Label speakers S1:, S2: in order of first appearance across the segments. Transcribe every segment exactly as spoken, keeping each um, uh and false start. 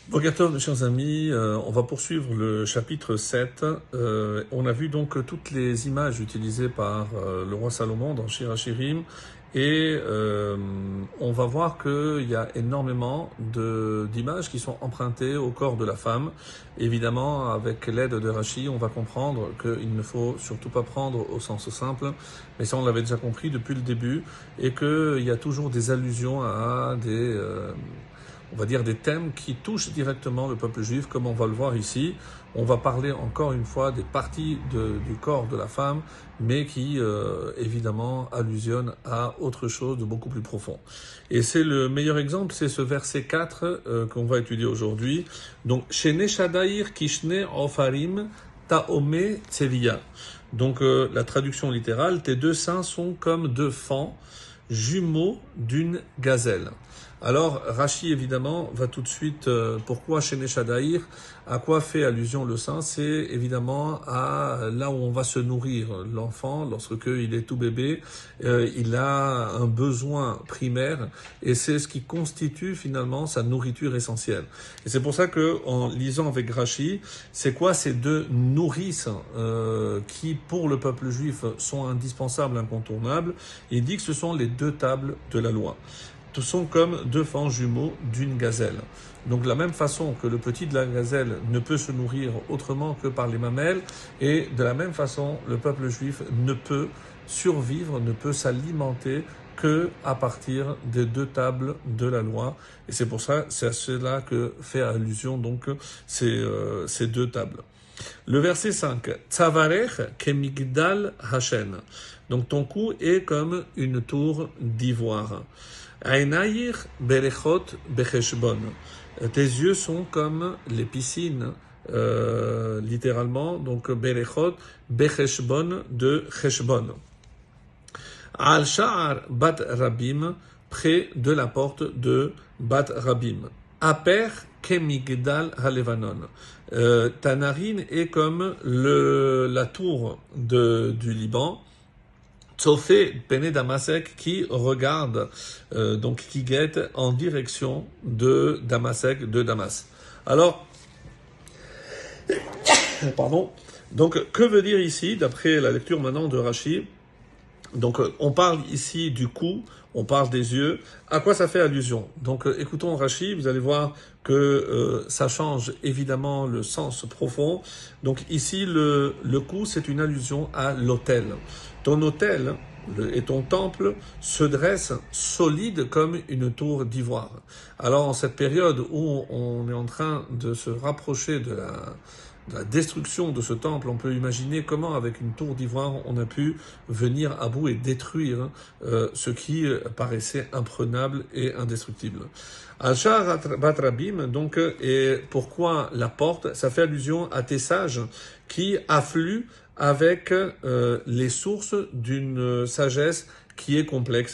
S1: Boker mes chers amis, euh, on va poursuivre le chapitre sept. Euh, on a vu donc toutes les images utilisées par euh, le roi Salomon dans Shir HaShirim et euh, on va voir qu'il y a énormément de, d'images qui sont empruntées au corps de la femme. Évidemment, avec l'aide de Rashi, on va comprendre qu'il ne faut surtout pas prendre au sens simple, mais ça on l'avait déjà compris depuis le début, et qu'il y a toujours des allusions à des... Euh, on va dire des thèmes qui touchent directement le peuple juif, comme on va le voir ici. On va parler encore une fois des parties de, du corps de la femme, mais qui, euh, évidemment, allusionnent à autre chose de beaucoup plus profond. Et c'est le meilleur exemple, c'est ce verset quatre euh, qu'on va étudier aujourd'hui. Donc, Shene Shadair Kishne Ofarim Taome Tselia. Donc, euh, la traduction littérale, tes deux seins sont comme deux fans jumeaux d'une gazelle. Alors, Rashi, évidemment, va tout de suite, euh, pourquoi Shene Shadair, à quoi fait allusion le sein? C'est évidemment à là où on va se nourrir. L'enfant, lorsque il est tout bébé, euh, il a un besoin primaire et c'est ce qui constitue finalement sa nourriture essentielle. Et c'est pour ça que, en lisant avec Rashi, c'est quoi ces deux nourrices euh, qui, pour le peuple juif, sont indispensables, incontournables? Il dit que ce sont les deux tables de la loi. Ce sont comme deux fans jumeaux d'une gazelle. Donc de la même façon que le petit de la gazelle ne peut se nourrir autrement que par les mamelles, et de la même façon, le peuple juif ne peut survivre, ne peut s'alimenter que à partir des deux tables de la loi. Et c'est pour ça, c'est à cela que fait allusion donc ces, euh, ces deux tables. Le verset cinq, Tzavarech kemigdal Hashen. Donc ton cou est comme une tour d'ivoire. Aïnaïr berechot becheshbon. Tes yeux sont comme les piscines, euh, littéralement, donc berechot becheshbon de cheshbon. Al sha'ar bat rabim, près de la porte de bat rabim. Aper kemigdal halevanon. Euh, ta narine est comme le, la tour de, du Liban. Tsofé Pene Damasek qui regarde, euh, donc qui guette en direction de Damasek, de Damas. Alors, pardon. Donc, que veut dire ici, d'après la lecture maintenant de Rashi? Donc, on parle ici du cou, on parle des yeux. À quoi ça fait allusion? Donc, euh, écoutons Rashi, vous allez voir que euh, ça change évidemment le sens profond. Donc, ici, le, le cou, c'est une allusion à l'autel. Ton autel le, et ton temple se dressent solide comme une tour d'ivoire. Alors, en cette période où on est en train de se rapprocher de la... de la destruction de ce temple, on peut imaginer comment, avec une tour d'ivoire, on a pu venir à bout et détruire euh, ce qui paraissait imprenable et indestructible. Al-Shar Batrabim, donc, et pourquoi la porte? Ça fait allusion à tes sages qui affluent avec euh, les sources d'une sagesse qui est complexe,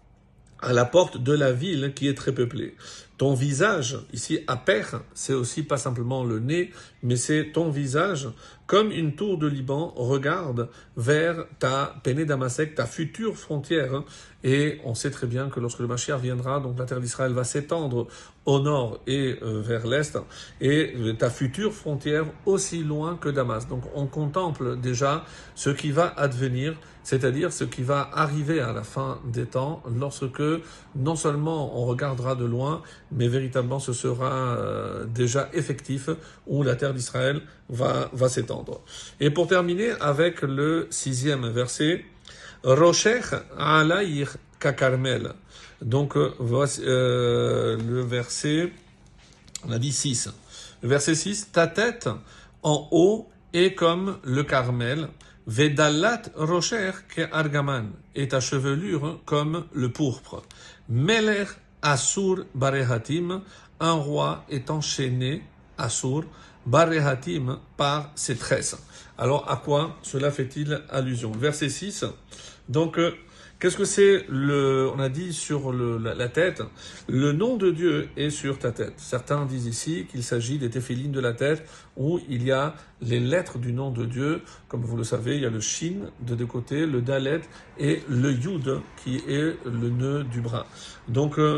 S1: à la porte de la ville qui est très peuplée. Ton visage, ici, Aper, c'est aussi pas simplement le nez, mais c'est ton visage, comme une tour de Liban, regarde vers ta Pene Damasek, ta future frontière. Et on sait très bien que lorsque le Mashiach viendra, donc la terre d'Israël va s'étendre au nord et euh, vers l'est, et ta future frontière aussi loin que Damas. Donc on contemple déjà ce qui va advenir, c'est-à-dire ce qui va arriver à la fin des temps, lorsque non seulement on regardera de loin, mais véritablement ce sera euh, déjà effectif, où la terre d'Israël va, va s'étendre. Et pour terminer avec le sixième verset, Roshech alayir kakarmel. Donc, voici euh, le verset, on a dit six. Le verset six, ta tête en haut est comme le Carmel, Vedalat Rocher ke Argaman, et ta chevelure comme le pourpre. Meler Assur Barehatim, un roi est enchaîné, Assur, Barehatim, par ses tresses. Alors, à quoi cela fait-il allusion? Verset six, donc, euh, qu'est-ce que c'est le, on a dit sur le, la, la tête, le nom de Dieu est sur ta tête. Certains disent ici qu'il s'agit des téphilines de la tête où il y a les lettres du nom de Dieu. Comme vous le savez, il y a le Shin de deux côtés, le Dalet et le Yud qui est le nœud du bras. Donc, euh,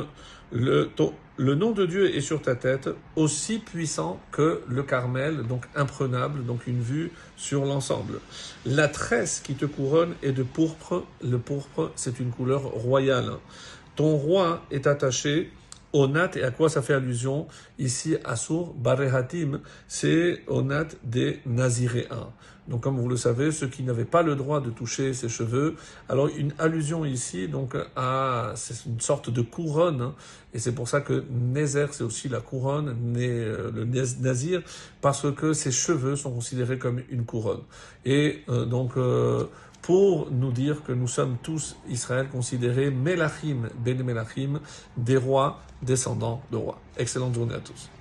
S1: Le, ton, le nom de Dieu est sur ta tête, aussi puissant que le Carmel, donc imprenable, donc une vue sur l'ensemble. La tresse qui te couronne est de pourpre. Le pourpre, c'est une couleur royale. Ton roi est attaché au nat, et à quoi ça fait allusion? Ici, Assur, Barehatim, c'est au nat des Naziréens. Donc, comme vous le savez, ceux qui n'avaient pas le droit de toucher ses cheveux. Alors, une allusion ici, donc, à, c'est une sorte de couronne, hein, et c'est pour ça que Nézer, c'est aussi la couronne, le Nazir, parce que ses cheveux sont considérés comme une couronne. Et euh, donc, euh, pour nous dire que nous sommes tous Israël considérés Melachim, Ben Melachim, des rois, descendants de rois. Excellente journée à tous.